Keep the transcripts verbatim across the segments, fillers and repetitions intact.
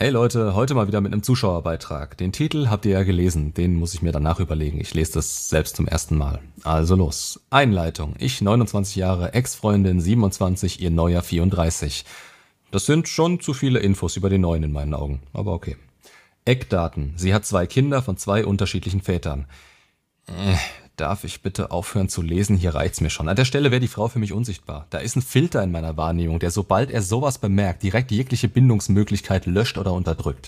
Hey Leute, heute mal wieder mit einem Zuschauerbeitrag. Den Titel habt ihr ja gelesen, den muss ich mir danach überlegen. Ich lese das selbst zum ersten Mal. Also los. Einleitung. Ich, neunundzwanzig Jahre, Ex-Freundin, siebenundzwanzig, ihr neuer vierunddreißig. Das sind schon zu viele Infos über den Neuen in meinen Augen, aber okay. Eckdaten. Sie hat zwei Kinder von zwei unterschiedlichen Vätern. Äh, darf ich bitte aufhören zu lesen? Hier reicht's mir schon. An der Stelle wäre die Frau für mich unsichtbar. Da ist ein Filter in meiner Wahrnehmung, der, sobald er sowas bemerkt, direkt jegliche Bindungsmöglichkeit löscht oder unterdrückt.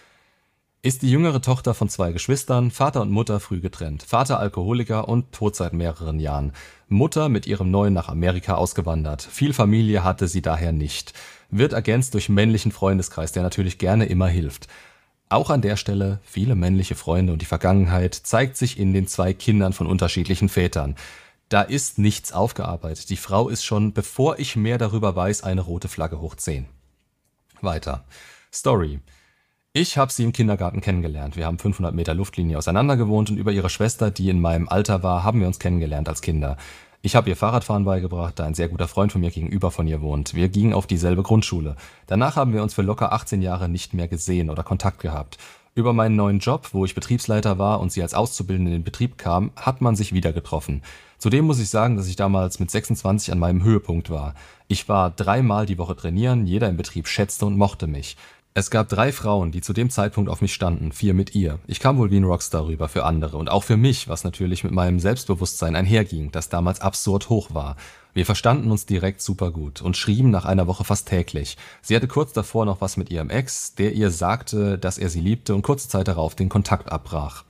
Ist die jüngere Tochter von zwei Geschwistern, Vater und Mutter früh getrennt. Vater Alkoholiker und tot seit mehreren Jahren. Mutter mit ihrem Neuen nach Amerika ausgewandert. Viel Familie hatte sie daher nicht. Wird ergänzt durch männlichen Freundeskreis, der natürlich gerne immer hilft. Auch an der Stelle viele männliche Freunde und die Vergangenheit zeigt sich in den zwei Kindern von unterschiedlichen Vätern. Da ist nichts aufgearbeitet. Die Frau ist schon, bevor ich mehr darüber weiß, eine rote Flagge hoch zehn. Weiter. Story. Ich habe sie im Kindergarten kennengelernt. Wir haben fünfhundert Meter Luftlinie auseinander gewohnt und über ihre Schwester, die in meinem Alter war, haben wir uns kennengelernt als Kinder. Ich habe ihr Fahrradfahren beigebracht, da ein sehr guter Freund von mir gegenüber von ihr wohnt. Wir gingen auf dieselbe Grundschule. Danach haben wir uns für locker achtzehn Jahre nicht mehr gesehen oder Kontakt gehabt. Über meinen neuen Job, wo ich Betriebsleiter war und sie als Auszubildende in den Betrieb kam, hat man sich wieder getroffen. Zudem muss ich sagen, dass ich damals mit sechsundzwanzig an meinem Höhepunkt war. Ich war dreimal die Woche trainieren, jeder im Betrieb schätzte und mochte mich. Es gab drei Frauen, die zu dem Zeitpunkt auf mich standen, vier mit ihr. Ich kam wohl wie ein Rockstar rüber für andere und auch für mich, was natürlich mit meinem Selbstbewusstsein einherging, das damals absurd hoch war. Wir verstanden uns direkt super gut und schrieben nach einer Woche fast täglich. Sie hatte kurz davor noch was mit ihrem Ex, der ihr sagte, dass er sie liebte und kurze Zeit darauf den Kontakt abbrach.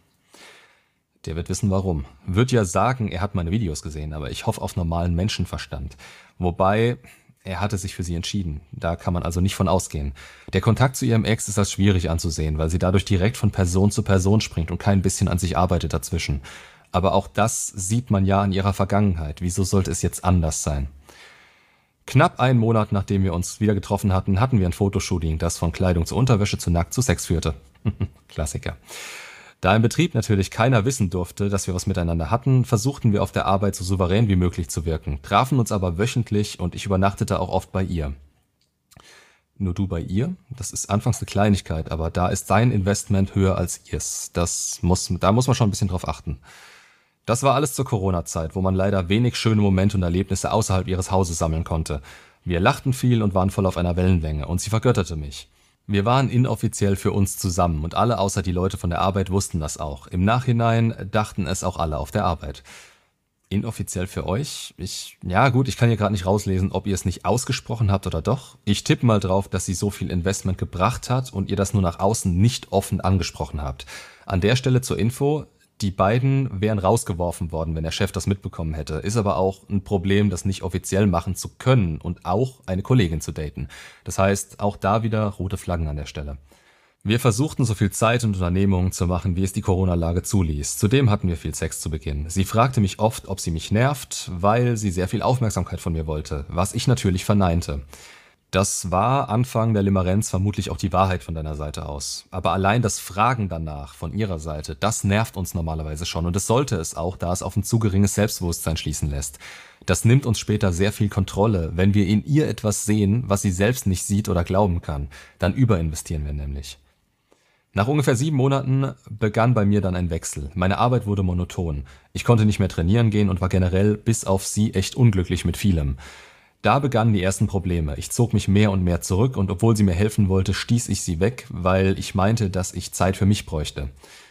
Der wird wissen, warum. Wird ja sagen, er hat meine Videos gesehen, aber ich hoffe auf normalen Menschenverstand. Wobei, er hatte sich für sie entschieden. Da kann man also nicht von ausgehen. Der Kontakt zu ihrem Ex ist als schwierig anzusehen, weil sie dadurch direkt von Person zu Person springt und kein bisschen an sich arbeitet dazwischen. Aber auch das sieht man ja an ihrer Vergangenheit. Wieso sollte es jetzt anders sein? Knapp einen Monat, nachdem wir uns wieder getroffen hatten, hatten wir ein Fotoshooting, das von Kleidung zu Unterwäsche zu nackt zu Sex führte. Klassiker. Da im Betrieb natürlich keiner wissen durfte, dass wir was miteinander hatten, versuchten wir auf der Arbeit so souverän wie möglich zu wirken, trafen uns aber wöchentlich und ich übernachtete auch oft bei ihr. Nur du bei ihr? Das ist anfangs eine Kleinigkeit, aber da ist dein Investment höher als ihrs. Das muss, da muss man schon ein bisschen drauf achten. Das war alles zur Corona-Zeit, wo man leider wenig schöne Momente und Erlebnisse außerhalb ihres Hauses sammeln konnte. Wir lachten viel und waren voll auf einer Wellenlänge und sie vergötterte mich. Wir waren inoffiziell für uns zusammen und alle außer die Leute von der Arbeit wussten das auch. Im Nachhinein dachten es auch alle auf der Arbeit. Inoffiziell für euch? Ich, ja gut, ich kann hier gerade nicht rauslesen, ob ihr es nicht ausgesprochen habt oder doch. Ich tippe mal drauf, dass sie so viel Investment gebracht hat und ihr das nur nach außen nicht offen angesprochen habt. An der Stelle zur Info: Die beiden wären rausgeworfen worden, wenn der Chef das mitbekommen hätte. Ist aber auch ein Problem, das nicht offiziell machen zu können und auch eine Kollegin zu daten. Das heißt, auch da wieder rote Flaggen an der Stelle. Wir versuchten so viel Zeit und Unternehmungen zu machen, wie es die Corona-Lage zuließ. Zudem hatten wir viel Sex zu Beginn. Sie fragte mich oft, ob sie mich nervt, weil sie sehr viel Aufmerksamkeit von mir wollte, was ich natürlich verneinte. Das war Anfang der Limerenz vermutlich auch die Wahrheit von deiner Seite aus. Aber allein das Fragen danach von ihrer Seite, das nervt uns normalerweise schon. Und es sollte es auch, da es auf ein zu geringes Selbstbewusstsein schließen lässt. Das nimmt uns später sehr viel Kontrolle, wenn wir in ihr etwas sehen, was sie selbst nicht sieht oder glauben kann. Dann überinvestieren wir nämlich. Nach ungefähr sieben Monaten begann bei mir dann ein Wechsel. Meine Arbeit wurde monoton. Ich konnte nicht mehr trainieren gehen und war generell bis auf sie echt unglücklich mit vielem. Da begannen die ersten Probleme. Ich zog mich mehr und mehr zurück und obwohl sie mir helfen wollte, stieß ich sie weg, weil ich meinte, dass ich Zeit für mich bräuchte.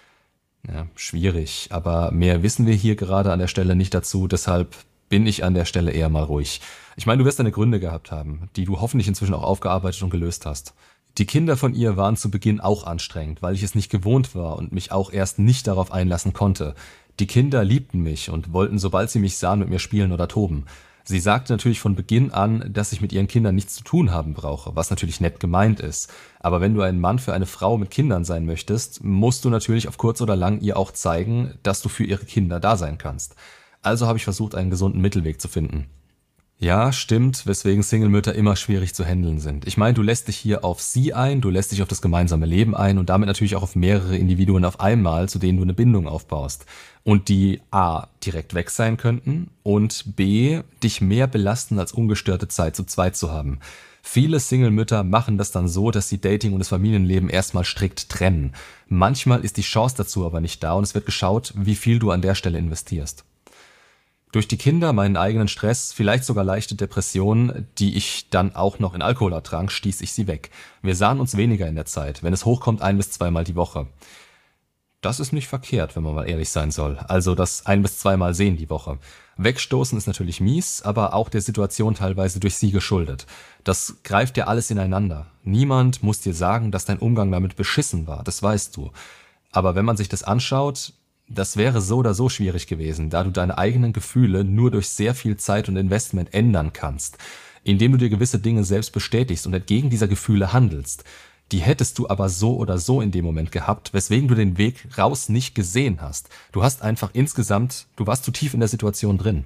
Ja, schwierig, aber mehr wissen wir hier gerade an der Stelle nicht dazu, deshalb bin ich an der Stelle eher mal ruhig. Ich meine, du wirst deine Gründe gehabt haben, die du hoffentlich inzwischen auch aufgearbeitet und gelöst hast. Die Kinder von ihr waren zu Beginn auch anstrengend, weil ich es nicht gewohnt war und mich auch erst nicht darauf einlassen konnte. Die Kinder liebten mich und wollten, sobald sie mich sahen, mit mir spielen oder toben. Sie sagte natürlich von Beginn an, dass ich mit ihren Kindern nichts zu tun haben brauche, was natürlich nett gemeint ist. Aber wenn du ein Mann für eine Frau mit Kindern sein möchtest, musst du natürlich auf kurz oder lang ihr auch zeigen, dass du für ihre Kinder da sein kannst. Also habe ich versucht, einen gesunden Mittelweg zu finden. Ja, stimmt, weswegen Single-Mütter immer schwierig zu handeln sind. Ich meine, du lässt dich hier auf sie ein, du lässt dich auf das gemeinsame Leben ein und damit natürlich auch auf mehrere Individuen auf einmal, zu denen du eine Bindung aufbaust. Und die a. direkt weg sein könnten und b. dich mehr belasten, als ungestörte Zeit zu zweit zu haben. Viele Single-Mütter machen das dann so, dass sie Dating und das Familienleben erstmal strikt trennen. Manchmal ist die Chance dazu aber nicht da und es wird geschaut, wie viel du an der Stelle investierst. Durch die Kinder, meinen eigenen Stress, vielleicht sogar leichte Depressionen, die ich dann auch noch in Alkohol ertrank, stieß ich sie weg. Wir sahen uns weniger in der Zeit, wenn es hochkommt ein- bis zweimal die Woche. Das ist nicht verkehrt, wenn man mal ehrlich sein soll. Also das ein- bis zweimal sehen die Woche. Wegstoßen ist natürlich mies, aber auch der Situation teilweise durch sie geschuldet. Das greift ja alles ineinander. Niemand muss dir sagen, dass dein Umgang damit beschissen war, das weißt du. Aber wenn man sich das anschaut, das wäre so oder so schwierig gewesen, da du deine eigenen Gefühle nur durch sehr viel Zeit und Investment ändern kannst, indem du dir gewisse Dinge selbst bestätigst und entgegen dieser Gefühle handelst. Die hättest du aber so oder so in dem Moment gehabt, weswegen du den Weg raus nicht gesehen hast. Du hast einfach insgesamt, du warst zu tief in der Situation drin.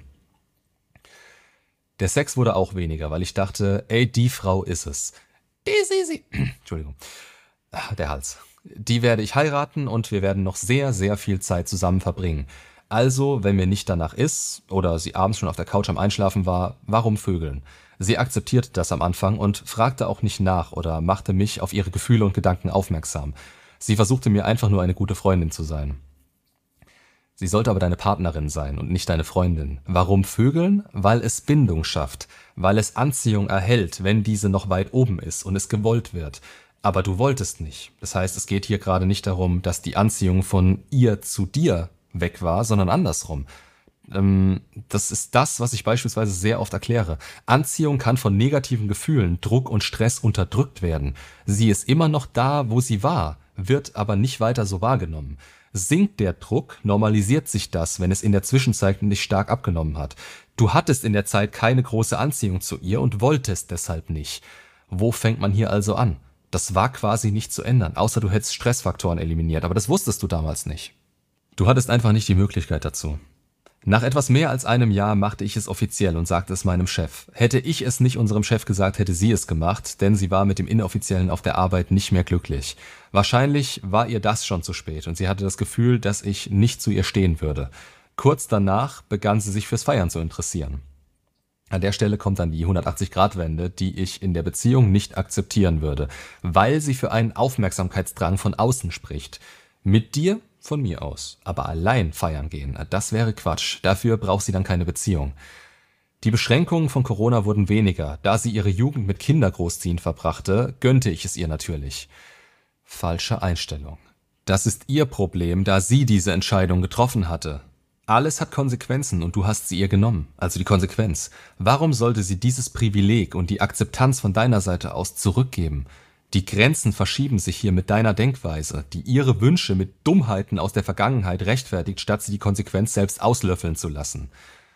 Der Sex wurde auch weniger, weil ich dachte, ey, die Frau ist es. Easy, easy. Entschuldigung. Der Hals. Die werde ich heiraten und wir werden noch sehr, sehr viel Zeit zusammen verbringen. Also, wenn mir nicht danach ist oder sie abends schon auf der Couch am Einschlafen war, warum vögeln? Sie akzeptierte das am Anfang und fragte auch nicht nach oder machte mich auf ihre Gefühle und Gedanken aufmerksam. Sie versuchte mir einfach nur eine gute Freundin zu sein. Sie sollte aber deine Partnerin sein und nicht deine Freundin. Warum vögeln? Weil es Bindung schafft, weil es Anziehung erhält, wenn diese noch weit oben ist und es gewollt wird. Aber du wolltest nicht. Das heißt, es geht hier gerade nicht darum, dass die Anziehung von ihr zu dir weg war, sondern andersrum. Ähm, das ist das, was ich beispielsweise sehr oft erkläre. Anziehung kann von negativen Gefühlen, Druck und Stress unterdrückt werden. Sie ist immer noch da, wo sie war, wird aber nicht weiter so wahrgenommen. Sinkt der Druck, normalisiert sich das, wenn es in der Zwischenzeit nicht stark abgenommen hat. Du hattest in der Zeit keine große Anziehung zu ihr und wolltest deshalb nicht. Wo fängt man hier also an? Das war quasi nicht zu ändern, außer du hättest Stressfaktoren eliminiert, aber das wusstest du damals nicht. Du hattest einfach nicht die Möglichkeit dazu. Nach etwas mehr als einem Jahr machte ich es offiziell und sagte es meinem Chef. Hätte ich es nicht unserem Chef gesagt, hätte sie es gemacht, denn sie war mit dem Inoffiziellen auf der Arbeit nicht mehr glücklich. Wahrscheinlich war ihr das schon zu spät und sie hatte das Gefühl, dass ich nicht zu ihr stehen würde. Kurz danach begann sie sich fürs Feiern zu interessieren. An der Stelle kommt dann die hundertachtzig-Grad-Wende, die ich in der Beziehung nicht akzeptieren würde, weil sie für einen Aufmerksamkeitsdrang von außen spricht. Mit dir von mir aus, aber allein feiern gehen, das wäre Quatsch. Dafür braucht sie dann keine Beziehung. Die Beschränkungen von Corona wurden weniger. Da sie ihre Jugend mit Kindergroßziehen verbrachte, gönnte ich es ihr natürlich. Falsche Einstellung. Das ist ihr Problem, da sie diese Entscheidung getroffen hatte. Alles hat Konsequenzen und du hast sie ihr genommen, also die Konsequenz. Warum sollte sie dieses Privileg und die Akzeptanz von deiner Seite aus zurückgeben? Die Grenzen verschieben sich hier mit deiner Denkweise, die ihre Wünsche mit Dummheiten aus der Vergangenheit rechtfertigt, statt sie die Konsequenz selbst auslöffeln zu lassen.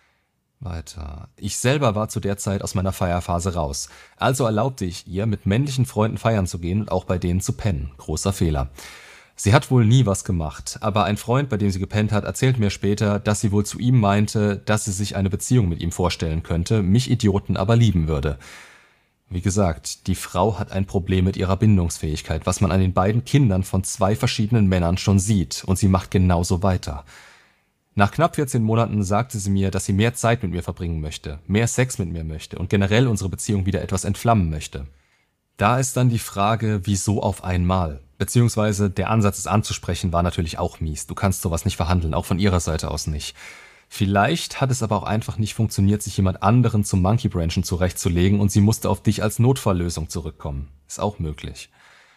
Weiter. Ich selber war zu der Zeit aus meiner Feierphase raus. Also erlaubte ich ihr, mit männlichen Freunden feiern zu gehen und auch bei denen zu pennen. Großer Fehler. Sie hat wohl nie was gemacht, aber ein Freund, bei dem sie gepennt hat, erzählt mir später, dass sie wohl zu ihm meinte, dass sie sich eine Beziehung mit ihm vorstellen könnte, mich Idioten aber lieben würde. Wie gesagt, die Frau hat ein Problem mit ihrer Bindungsfähigkeit, was man an den beiden Kindern von zwei verschiedenen Männern schon sieht, und sie macht genauso weiter. Nach knapp vierzehn Monaten sagte sie mir, dass sie mehr Zeit mit mir verbringen möchte, mehr Sex mit mir möchte und generell unsere Beziehung wieder etwas entflammen möchte. Da ist dann die Frage, wieso auf einmal? Beziehungsweise der Ansatz, es anzusprechen, war natürlich auch mies. Du kannst sowas nicht verhandeln, auch von ihrer Seite aus nicht. Vielleicht hat es aber auch einfach nicht funktioniert, sich jemand anderen zum Monkey Branchen zurechtzulegen und sie musste auf dich als Notfalllösung zurückkommen. Ist auch möglich.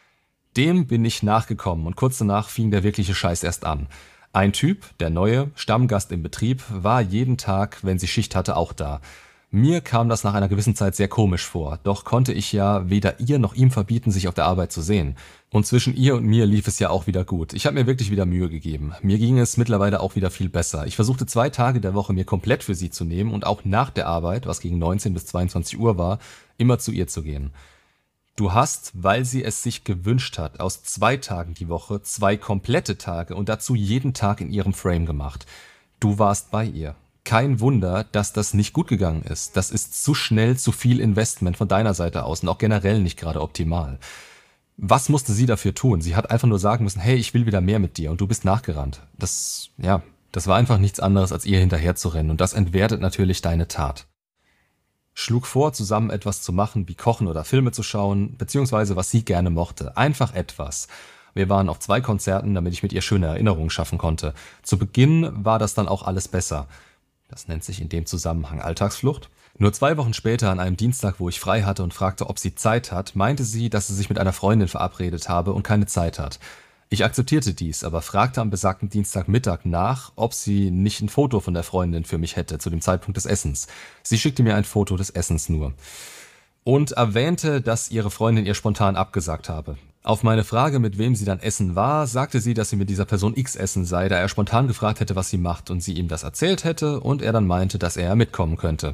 Dem bin ich nachgekommen und kurz danach fing der wirkliche Scheiß erst an. Ein Typ, der neue, Stammgast im Betrieb, war jeden Tag, wenn sie Schicht hatte, auch da. Mir kam das nach einer gewissen Zeit sehr komisch vor, doch konnte ich ja weder ihr noch ihm verbieten, sich auf der Arbeit zu sehen. Und zwischen ihr und mir lief es ja auch wieder gut. Ich habe mir wirklich wieder Mühe gegeben. Mir ging es mittlerweile auch wieder viel besser. Ich versuchte zwei Tage der Woche mir komplett für sie zu nehmen und auch nach der Arbeit, was gegen neunzehn bis zweiundzwanzig Uhr war, immer zu ihr zu gehen. Du hast, weil sie es sich gewünscht hat, aus zwei Tagen die Woche zwei komplette Tage und dazu jeden Tag in ihrem Frame gemacht. Du warst bei ihr. Kein Wunder, dass das nicht gut gegangen ist. Das ist zu schnell, zu viel Investment von deiner Seite aus und auch generell nicht gerade optimal. Was musste sie dafür tun? Sie hat einfach nur sagen müssen, hey, ich will wieder mehr mit dir, und du bist nachgerannt. Das, ja, das war einfach nichts anderes, als ihr hinterherzurennen, und das entwertet natürlich deine Tat. schlug vor, zusammen etwas zu machen, wie kochen oder Filme zu schauen, beziehungsweise was sie gerne mochte. Einfach etwas. Wir waren auf zwei Konzerten, damit ich mit ihr schöne Erinnerungen schaffen konnte. Zu Beginn war das dann auch alles besser. Das nennt sich in dem Zusammenhang Alltagsflucht. Nur zwei Wochen später, an einem Dienstag, wo ich frei hatte und fragte, ob sie Zeit hat, meinte sie, dass sie sich mit einer Freundin verabredet habe und keine Zeit hat. Ich akzeptierte dies, aber fragte am besagten Dienstagmittag nach, ob sie nicht ein Foto von der Freundin für mich hätte zu dem Zeitpunkt des Essens. Sie schickte mir ein Foto des Essens nur und erwähnte, dass ihre Freundin ihr spontan abgesagt habe. Auf meine Frage, mit wem sie dann essen war, sagte sie, dass sie mit dieser Person X essen sei, da er spontan gefragt hätte, was sie macht und sie ihm das erzählt hätte und er dann meinte, dass er mitkommen könnte.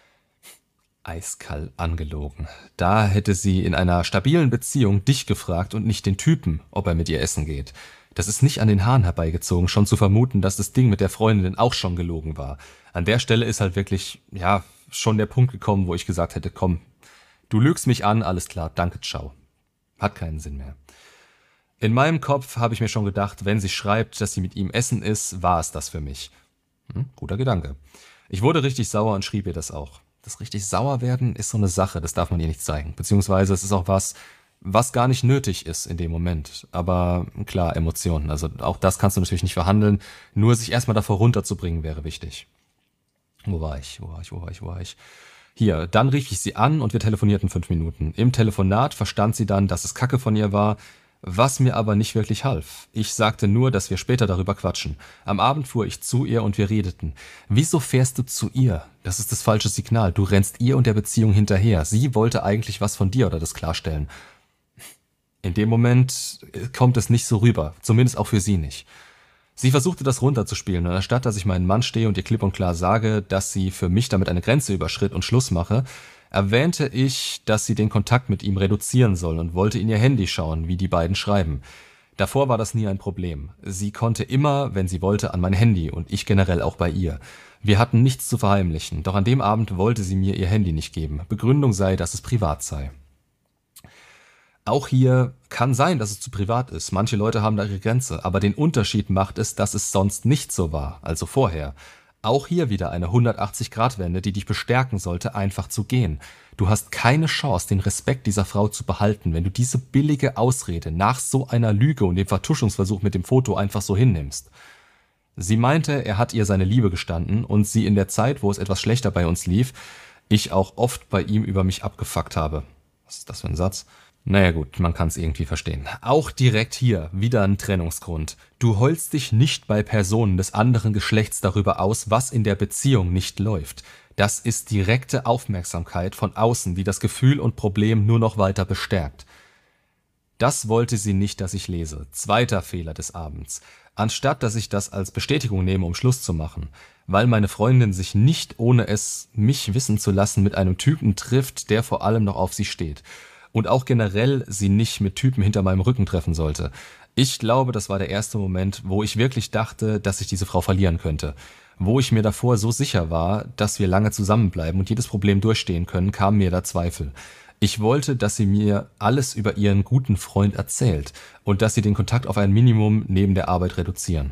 Eiskalt angelogen. Da hätte sie in einer stabilen Beziehung dich gefragt und nicht den Typen, ob er mit ihr essen geht. Das ist nicht an den Haaren herbeigezogen, schon zu vermuten, dass das Ding mit der Freundin auch schon gelogen war. An der Stelle ist halt wirklich, ja, schon der Punkt gekommen, wo ich gesagt hätte, komm, du lügst mich an, alles klar, danke, ciao. Hat keinen Sinn mehr. In meinem Kopf habe ich mir schon gedacht, wenn sie schreibt, dass sie mit ihm essen ist, war es das für mich. Hm, guter Gedanke. Ich wurde richtig sauer und schrieb ihr das auch. Das richtig sauer werden ist so eine Sache, das darf man ihr nicht zeigen. Beziehungsweise es ist auch was, was gar nicht nötig ist in dem Moment. Aber klar, Emotionen, also auch das kannst du natürlich nicht verhandeln. Nur sich erstmal davor runterzubringen wäre wichtig. Wo war ich? Wo war ich? Wo war ich? Wo war ich? Hier, dann rief ich sie an und wir telefonierten fünf Minuten. Im Telefonat verstand sie dann, dass es Kacke von ihr war, was mir aber nicht wirklich half. Ich sagte nur, dass wir später darüber quatschen. Am Abend fuhr ich zu ihr und wir redeten. Wieso fährst du zu ihr? Das ist das falsche Signal. Du rennst ihr und der Beziehung hinterher. Sie wollte eigentlich was von dir oder das klarstellen. In dem Moment kommt es nicht so rüber, zumindest auch für sie nicht. Sie versuchte das runterzuspielen und anstatt, dass ich meinen Mann stehe und ihr klipp und klar sage, dass sie für mich damit eine Grenze überschritt und Schluss mache, erwähnte ich, dass sie den Kontakt mit ihm reduzieren soll und wollte in ihr Handy schauen, wie die beiden schreiben. Davor war das nie ein Problem. Sie konnte immer, wenn sie wollte, an mein Handy und ich generell auch bei ihr. Wir hatten nichts zu verheimlichen, doch an dem Abend wollte sie mir ihr Handy nicht geben. Begründung sei, dass es privat sei. Auch hier kann sein, dass es zu privat ist. Manche Leute haben da ihre Grenze, aber den Unterschied macht es, dass es sonst nicht so war, also vorher. Auch hier wieder eine hundertachtzig-Grad-Wende, die dich bestärken sollte, einfach zu gehen. Du hast keine Chance, den Respekt dieser Frau zu behalten, wenn du diese billige Ausrede nach so einer Lüge und dem Vertuschungsversuch mit dem Foto einfach so hinnimmst. Sie meinte, er hat ihr seine Liebe gestanden und sie in der Zeit, wo es etwas schlechter bei uns lief, ich auch oft bei ihm über mich abgefuckt habe. Was ist das für ein Satz? Naja gut, man kann es irgendwie verstehen. Auch direkt hier wieder ein Trennungsgrund. Du heulst dich nicht bei Personen des anderen Geschlechts darüber aus, was in der Beziehung nicht läuft. Das ist direkte Aufmerksamkeit von außen, die das Gefühl und Problem nur noch weiter bestärkt. Das wollte sie nicht, dass ich lese. Zweiter Fehler des Abends. Anstatt, dass ich das als Bestätigung nehme, um Schluss zu machen, weil meine Freundin sich nicht, ohne es mich wissen zu lassen, mit einem Typen trifft, der vor allem noch auf sie steht. Und auch generell sie nicht mit Typen hinter meinem Rücken treffen sollte. Ich glaube, das war der erste Moment, wo ich wirklich dachte, dass ich diese Frau verlieren könnte. Wo ich mir davor so sicher war, dass wir lange zusammenbleiben und jedes Problem durchstehen können, kamen mir da Zweifel. Ich wollte, dass sie mir alles über ihren guten Freund erzählt und dass sie den Kontakt auf ein Minimum neben der Arbeit reduzieren.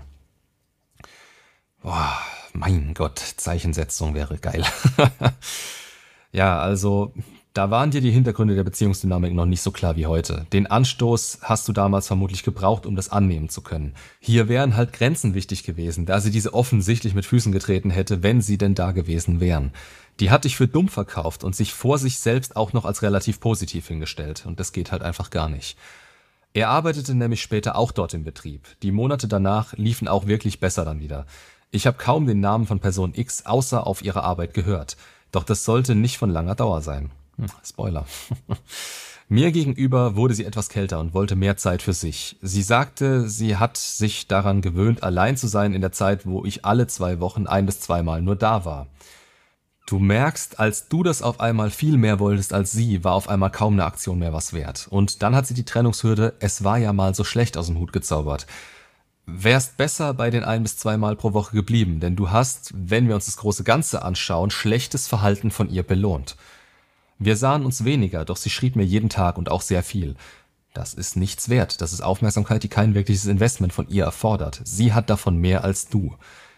Boah, mein Gott, Zeichensetzung wäre geil. Ja, also da waren dir die Hintergründe der Beziehungsdynamik noch nicht so klar wie heute. Den Anstoß hast du damals vermutlich gebraucht, um das annehmen zu können. Hier wären halt Grenzen wichtig gewesen, da sie diese offensichtlich mit Füßen getreten hätte, wenn sie denn da gewesen wären. Die hat dich für dumm verkauft und sich vor sich selbst auch noch als relativ positiv hingestellt. Und das geht halt einfach gar nicht. Er arbeitete nämlich später auch dort im Betrieb. Die Monate danach liefen auch wirklich besser dann wieder. Ich habe kaum den Namen von Person X außer auf ihre Arbeit gehört. Doch das sollte nicht von langer Dauer sein. Hm, Spoiler. Mir gegenüber wurde sie etwas kälter und wollte mehr Zeit für sich. Sie sagte, sie hat sich daran gewöhnt, allein zu sein in der Zeit, wo ich alle zwei Wochen ein- bis zweimal nur da war. Du merkst, als du das auf einmal viel mehr wolltest als sie, war auf einmal kaum eine Aktion mehr was wert. Und dann hat sie die Trennungshürde, es war ja mal so schlecht, aus dem Hut gezaubert. Wärst besser bei den ein- bis zweimal pro Woche geblieben, denn du hast, wenn wir uns das große Ganze anschauen, schlechtes Verhalten von ihr belohnt. Wir sahen uns weniger, doch sie schrieb mir jeden Tag und auch sehr viel. Das ist nichts wert, das ist Aufmerksamkeit, die kein wirkliches Investment von ihr erfordert. Sie hat davon mehr als du.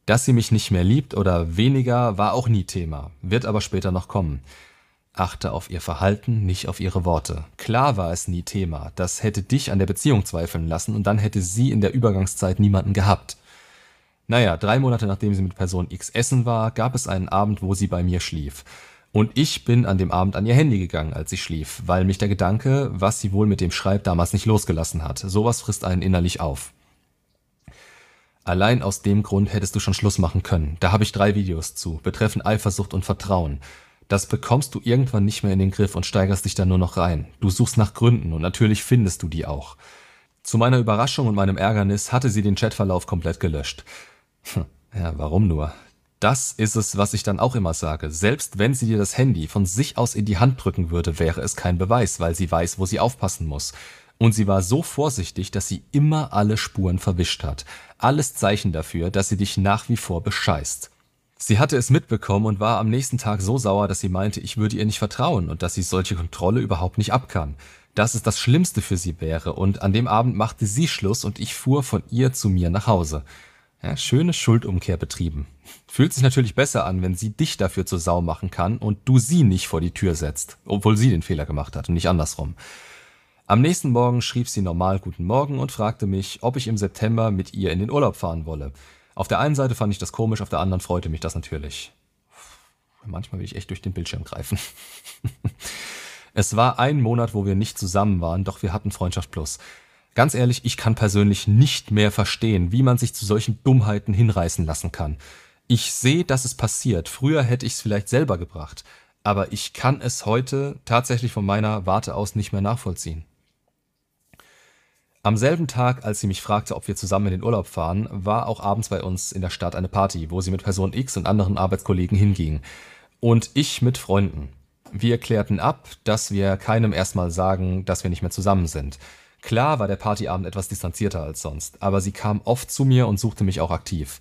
Dass sie mich nicht mehr liebt oder weniger, war auch nie Thema, wird aber später noch kommen. Achte auf ihr Verhalten, nicht auf ihre Worte. Klar war es nie Thema, das hätte dich an der Beziehung zweifeln lassen und dann hätte sie in der Übergangszeit niemanden gehabt. Naja, drei Monate nachdem sie mit Person X essen war, gab es einen Abend, wo sie bei mir schlief. Und ich bin an dem Abend an ihr Handy gegangen, als sie schlief, weil mich der Gedanke, was sie wohl mit dem schreibt, damals nicht losgelassen hat. Sowas frisst einen innerlich auf. Allein aus dem Grund hättest du schon Schluss machen können. Da habe ich drei Videos zu, betreffend Eifersucht und Vertrauen. Das bekommst du irgendwann nicht mehr in den Griff und steigerst dich da nur noch rein. Du suchst nach Gründen und natürlich findest du die auch. Zu meiner Überraschung und meinem Ärgernis hatte sie den Chatverlauf komplett gelöscht. Ja, warum nur? Das ist es, was ich dann auch immer sage. Selbst wenn sie dir das Handy von sich aus in die Hand drücken würde, wäre es kein Beweis, weil sie weiß, wo sie aufpassen muss. Und sie war so vorsichtig, dass sie immer alle Spuren verwischt hat. Alles Zeichen dafür, dass sie dich nach wie vor bescheißt. Sie hatte es mitbekommen und war am nächsten Tag so sauer, dass sie meinte, ich würde ihr nicht vertrauen und dass sie solche Kontrolle überhaupt nicht ab kann. Dass es das Schlimmste für sie wäre und an dem Abend machte sie Schluss und ich fuhr von ihr zu mir nach Hause. Ja, schöne Schuldumkehr betrieben. Fühlt sich natürlich besser an, wenn sie dich dafür zur Sau machen kann und du sie nicht vor die Tür setzt, obwohl sie den Fehler gemacht hat und nicht andersrum. Am nächsten Morgen schrieb sie normal Guten Morgen und fragte mich, ob ich im September mit ihr in den Urlaub fahren wolle. Auf der einen Seite fand ich das komisch, auf der anderen freute mich das natürlich. Manchmal will ich echt durch den Bildschirm greifen. Es war ein Monat, wo wir nicht zusammen waren, doch wir hatten Freundschaft plus. Ganz ehrlich, ich kann persönlich nicht mehr verstehen, wie man sich zu solchen Dummheiten hinreißen lassen kann. Ich sehe, dass es passiert. Früher hätte ich es vielleicht selber gebracht. Aber ich kann es heute tatsächlich von meiner Warte aus nicht mehr nachvollziehen. Am selben Tag, als sie mich fragte, ob wir zusammen in den Urlaub fahren, war auch abends bei uns in der Stadt eine Party, wo sie mit Person X und anderen Arbeitskollegen hinging. Und ich mit Freunden. Wir klärten ab, dass wir keinem erstmal sagen, dass wir nicht mehr zusammen sind. Klar war der Partyabend etwas distanzierter als sonst, aber sie kam oft zu mir und suchte mich auch aktiv.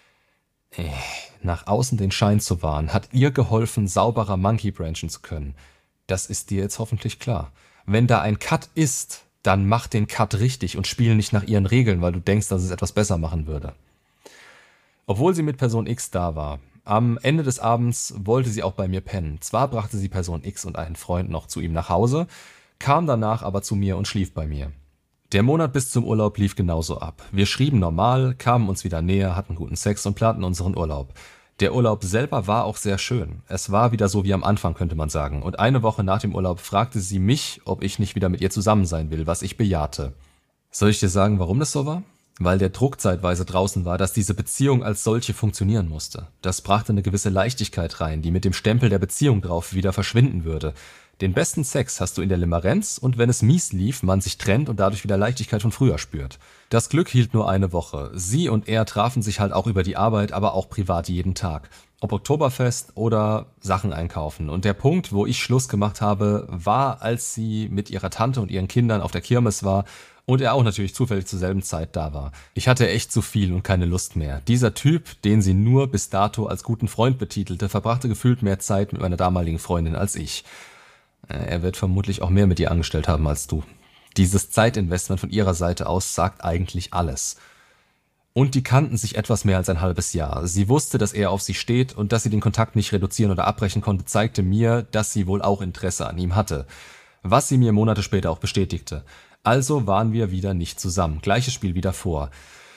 Nach außen den Schein zu wahren, hat ihr geholfen, sauberer Monkey branchen zu können. Das ist dir jetzt hoffentlich klar. Wenn da ein Cut ist, dann mach den Cut richtig und spiel nicht nach ihren Regeln, weil du denkst, dass es etwas besser machen würde. Obwohl sie mit Person X da war, am Ende des Abends wollte sie auch bei mir pennen. Zwar brachte sie Person X und einen Freund noch zu ihm nach Hause, kam danach aber zu mir und schlief bei mir. Der Monat bis zum Urlaub lief genauso ab. Wir schrieben normal, kamen uns wieder näher, hatten guten Sex und planten unseren Urlaub. Der Urlaub selber war auch sehr schön. Es war wieder so wie am Anfang, könnte man sagen. Und eine Woche nach dem Urlaub fragte sie mich, ob ich nicht wieder mit ihr zusammen sein will, was ich bejahte. Soll ich dir sagen, warum das so war? Weil der Druck zeitweise draußen war, dass diese Beziehung als solche funktionieren musste. Das brachte eine gewisse Leichtigkeit rein, die mit dem Stempel der Beziehung drauf wieder verschwinden würde. Den besten Sex hast du in der Limerenz und wenn es mies lief, man sich trennt und dadurch wieder Leichtigkeit von früher spürt. Das Glück hielt nur eine Woche. Sie und er trafen sich halt auch über die Arbeit, aber auch privat jeden Tag. Ob Oktoberfest oder Sachen einkaufen. Und der Punkt, wo ich Schluss gemacht habe, war, als sie mit ihrer Tante und ihren Kindern auf der Kirmes war und er auch natürlich zufällig zur selben Zeit da war. Ich hatte echt zu viel und keine Lust mehr. Dieser Typ, den sie nur bis dato als guten Freund betitelte, verbrachte gefühlt mehr Zeit mit meiner damaligen Freundin als ich. Er wird vermutlich auch mehr mit ihr angestellt haben als du. Dieses Zeitinvestment von ihrer Seite aus sagt eigentlich alles. Und die kannten sich etwas mehr als ein halbes Jahr. Sie wusste, dass er auf sie steht und dass sie den Kontakt nicht reduzieren oder abbrechen konnte, zeigte mir, dass sie wohl auch Interesse an ihm hatte. Was sie mir Monate später auch bestätigte. Also waren wir wieder nicht zusammen. Gleiches Spiel wie davor.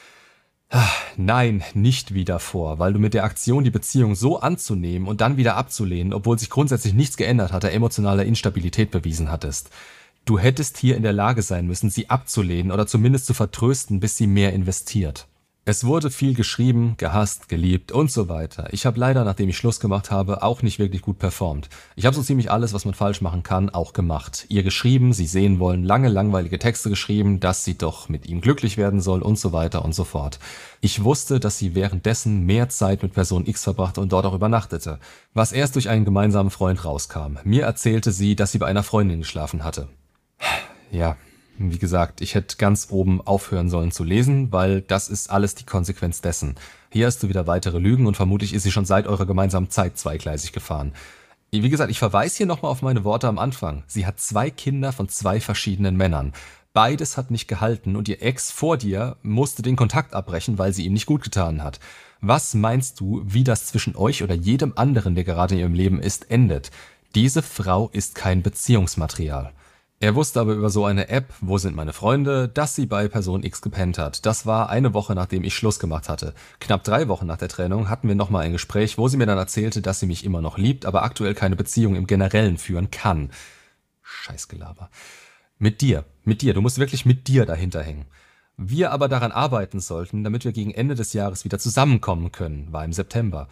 Nein, nicht wie davor, weil du mit der Aktion, die Beziehung so anzunehmen und dann wieder abzulehnen, obwohl sich grundsätzlich nichts geändert hatte, emotionale Instabilität bewiesen hattest. Du hättest hier in der Lage sein müssen, sie abzulehnen oder zumindest zu vertrösten, bis sie mehr investiert. Es wurde viel geschrieben, gehasst, geliebt und so weiter. Ich habe leider, nachdem ich Schluss gemacht habe, auch nicht wirklich gut performt. Ich habe so ziemlich alles, was man falsch machen kann, auch gemacht. Ihr geschrieben, sie sehen wollen, lange langweilige Texte geschrieben, dass sie doch mit ihm glücklich werden soll und so weiter und so fort. Ich wusste, dass sie währenddessen mehr Zeit mit Person X verbrachte und dort auch übernachtete, was erst durch einen gemeinsamen Freund rauskam. Mir erzählte sie, dass sie bei einer Freundin geschlafen hatte. Ja. Wie gesagt, ich hätte ganz oben aufhören sollen zu lesen, weil das ist alles die Konsequenz dessen. Hier hast du wieder weitere Lügen und vermutlich ist sie schon seit eurer gemeinsamen Zeit zweigleisig gefahren. Wie gesagt, ich verweise hier nochmal auf meine Worte am Anfang. Sie hat zwei Kinder von zwei verschiedenen Männern. Beides hat nicht gehalten und ihr Ex vor dir musste den Kontakt abbrechen, weil sie ihm nicht gut getan hat. Was meinst du, wie das zwischen euch oder jedem anderen, der gerade in ihrem Leben ist, endet? Diese Frau ist kein Beziehungsmaterial. Er wusste aber über so eine App, wo sind meine Freunde, dass sie bei Person X gepennt hat. Das war eine Woche, nachdem ich Schluss gemacht hatte. Knapp drei Wochen nach der Trennung hatten wir nochmal ein Gespräch, wo sie mir dann erzählte, dass sie mich immer noch liebt, aber aktuell keine Beziehung im Generellen führen kann. Scheißgelaber. Mit dir, mit dir, du musst wirklich mit dir dahinter hängen. Wir aber daran arbeiten sollten, damit wir gegen Ende des Jahres wieder zusammenkommen können, war im September.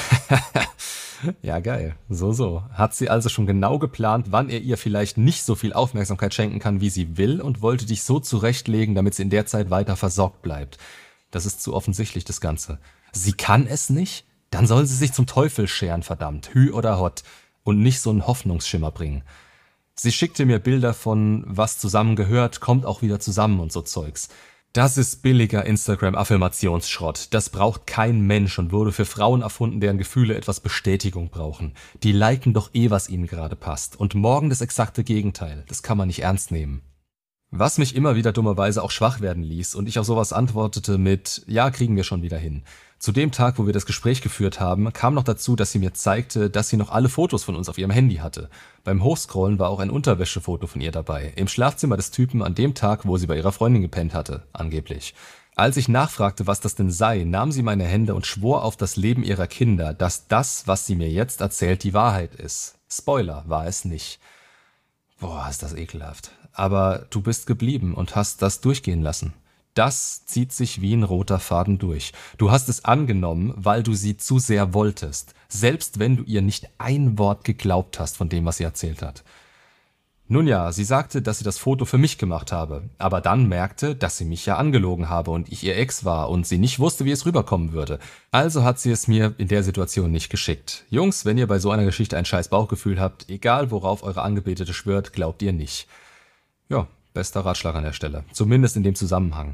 Ja, geil. So, so. Hat sie also schon genau geplant, wann er ihr vielleicht nicht so viel Aufmerksamkeit schenken kann, wie sie will, und wollte dich so zurechtlegen, damit sie in der Zeit weiter versorgt bleibt. Das ist zu offensichtlich, das Ganze. Sie kann es nicht? Dann soll sie sich zum Teufel scheren, verdammt. Hü oder Hott. Und nicht so einen Hoffnungsschimmer bringen. Sie schickte mir Bilder von, was zusammengehört, kommt auch wieder zusammen und so Zeugs. Das ist billiger Instagram-Affirmationsschrott. Das braucht kein Mensch und wurde für Frauen erfunden, deren Gefühle etwas Bestätigung brauchen. Die liken doch eh, was ihnen gerade passt. Und morgen das exakte Gegenteil. Das kann man nicht ernst nehmen. Was mich immer wieder dummerweise auch schwach werden ließ und ich auf sowas antwortete mit, ja, kriegen wir schon wieder hin. Zu dem Tag, wo wir das Gespräch geführt haben, kam noch dazu, dass sie mir zeigte, dass sie noch alle Fotos von uns auf ihrem Handy hatte. Beim Hochscrollen war auch ein Unterwäschefoto von ihr dabei, im Schlafzimmer des Typen an dem Tag, wo sie bei ihrer Freundin gepennt hatte, angeblich. Als ich nachfragte, was das denn sei, nahm sie meine Hände und schwor auf das Leben ihrer Kinder, dass das, was sie mir jetzt erzählt, die Wahrheit ist. Spoiler, war es nicht. Boah, ist das ekelhaft. Aber du bist geblieben und hast das durchgehen lassen. Das zieht sich wie ein roter Faden durch. Du hast es angenommen, weil du sie zu sehr wolltest, selbst wenn du ihr nicht ein Wort geglaubt hast von dem, was sie erzählt hat. Nun ja, sie sagte, dass sie das Foto für mich gemacht habe, aber dann merkte, dass sie mich ja angelogen habe und ich ihr Ex war und sie nicht wusste, wie es rüberkommen würde. Also hat sie es mir in der Situation nicht geschickt. Jungs, wenn ihr bei so einer Geschichte ein scheiß Bauchgefühl habt, egal worauf eure Angebetete schwört, glaubt ihr nicht. Ja, bester Ratschlag an der Stelle, zumindest in dem Zusammenhang.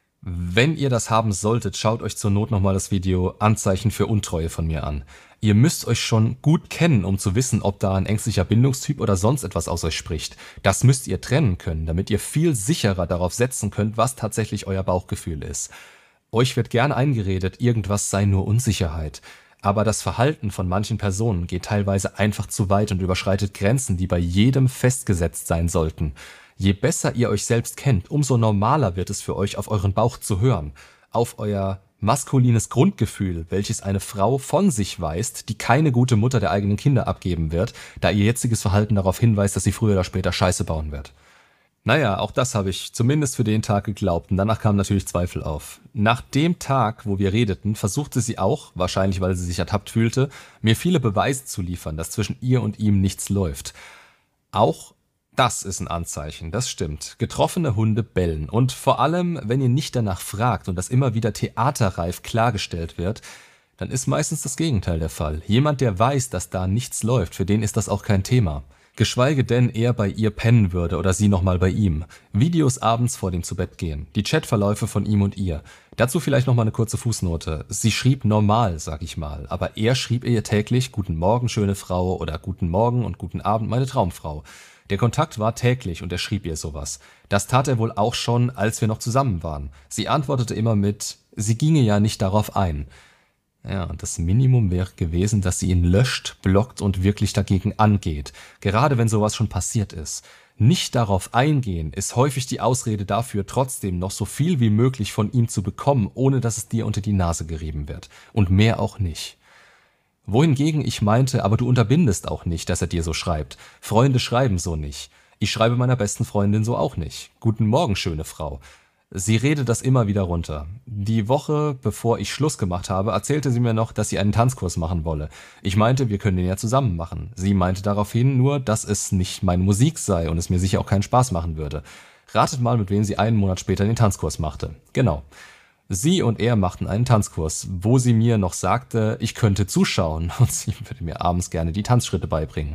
Wenn ihr das haben solltet, schaut euch zur Not nochmal das Video Anzeichen für Untreue von mir an. Ihr müsst euch schon gut kennen, um zu wissen, ob da ein ängstlicher Bindungstyp oder sonst etwas aus euch spricht. Das müsst ihr trennen können, damit ihr viel sicherer darauf setzen könnt, was tatsächlich euer Bauchgefühl ist. Euch wird gern eingeredet, irgendwas sei nur Unsicherheit. Aber das Verhalten von manchen Personen geht teilweise einfach zu weit und überschreitet Grenzen, die bei jedem festgesetzt sein sollten. Je besser ihr euch selbst kennt, umso normaler wird es für euch, auf euren Bauch zu hören, auf euer maskulines Grundgefühl, welches eine Frau von sich weist, die keine gute Mutter der eigenen Kinder abgeben wird, da ihr jetziges Verhalten darauf hinweist, dass sie früher oder später Scheiße bauen wird. Naja, auch das habe ich zumindest für den Tag geglaubt und danach kamen natürlich Zweifel auf. Nach dem Tag, wo wir redeten, versuchte sie auch, wahrscheinlich weil sie sich ertappt fühlte, mir viele Beweise zu liefern, dass zwischen ihr und ihm nichts läuft. Auch das ist ein Anzeichen, das stimmt. Getroffene Hunde bellen und vor allem, wenn ihr nicht danach fragt und das immer wieder theaterreif klargestellt wird, dann ist meistens das Gegenteil der Fall. Jemand, der weiß, dass da nichts läuft, für den ist das auch kein Thema. Geschweige denn, er bei ihr pennen würde oder sie nochmal bei ihm. Videos abends vor dem Zubettgehen, die Chatverläufe von ihm und ihr. Dazu vielleicht nochmal eine kurze Fußnote. Sie schrieb normal, sag ich mal, aber er schrieb ihr täglich Guten Morgen, schöne Frau oder Guten Morgen und Guten Abend, meine Traumfrau. Der Kontakt war täglich und er schrieb ihr sowas. Das tat er wohl auch schon, als wir noch zusammen waren. Sie antwortete immer mit, sie ginge ja nicht darauf ein. Ja, und das Minimum wäre gewesen, dass sie ihn löscht, blockt und wirklich dagegen angeht. Gerade wenn sowas schon passiert ist. Nicht darauf eingehen ist häufig die Ausrede dafür, trotzdem noch so viel wie möglich von ihm zu bekommen, ohne dass es dir unter die Nase gerieben wird. Und mehr auch nicht. Wohingegen ich meinte, aber du unterbindest auch nicht, dass er dir so schreibt. Freunde schreiben so nicht. Ich schreibe meiner besten Freundin so auch nicht. Guten Morgen, schöne Frau. Sie redet das immer wieder runter. Die Woche, bevor ich Schluss gemacht habe, erzählte sie mir noch, dass sie einen Tanzkurs machen wolle. Ich meinte, wir können den ja zusammen machen. Sie meinte daraufhin nur, dass es nicht meine Musik sei und es mir sicher auch keinen Spaß machen würde. Ratet mal, mit wem sie einen Monat später den Tanzkurs machte. Genau. Sie und er machten einen Tanzkurs, wo sie mir noch sagte, ich könnte zuschauen und sie würde mir abends gerne die Tanzschritte beibringen.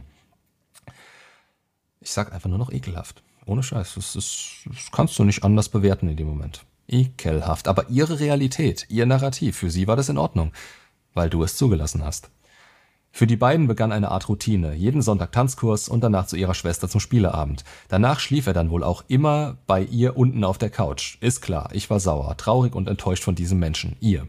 Ich sag einfach nur noch ekelhaft. Ohne Scheiß. Das, ist, das kannst du nicht anders bewerten in dem Moment. Ekelhaft. Aber ihre Realität, ihr Narrativ, für sie war das in Ordnung, weil du es zugelassen hast. Für die beiden begann eine Art Routine, jeden Sonntag Tanzkurs und danach zu ihrer Schwester zum Spieleabend. Danach schlief er dann wohl auch immer bei ihr unten auf der Couch. Ist klar, ich war sauer, traurig und enttäuscht von diesem Menschen, ihr.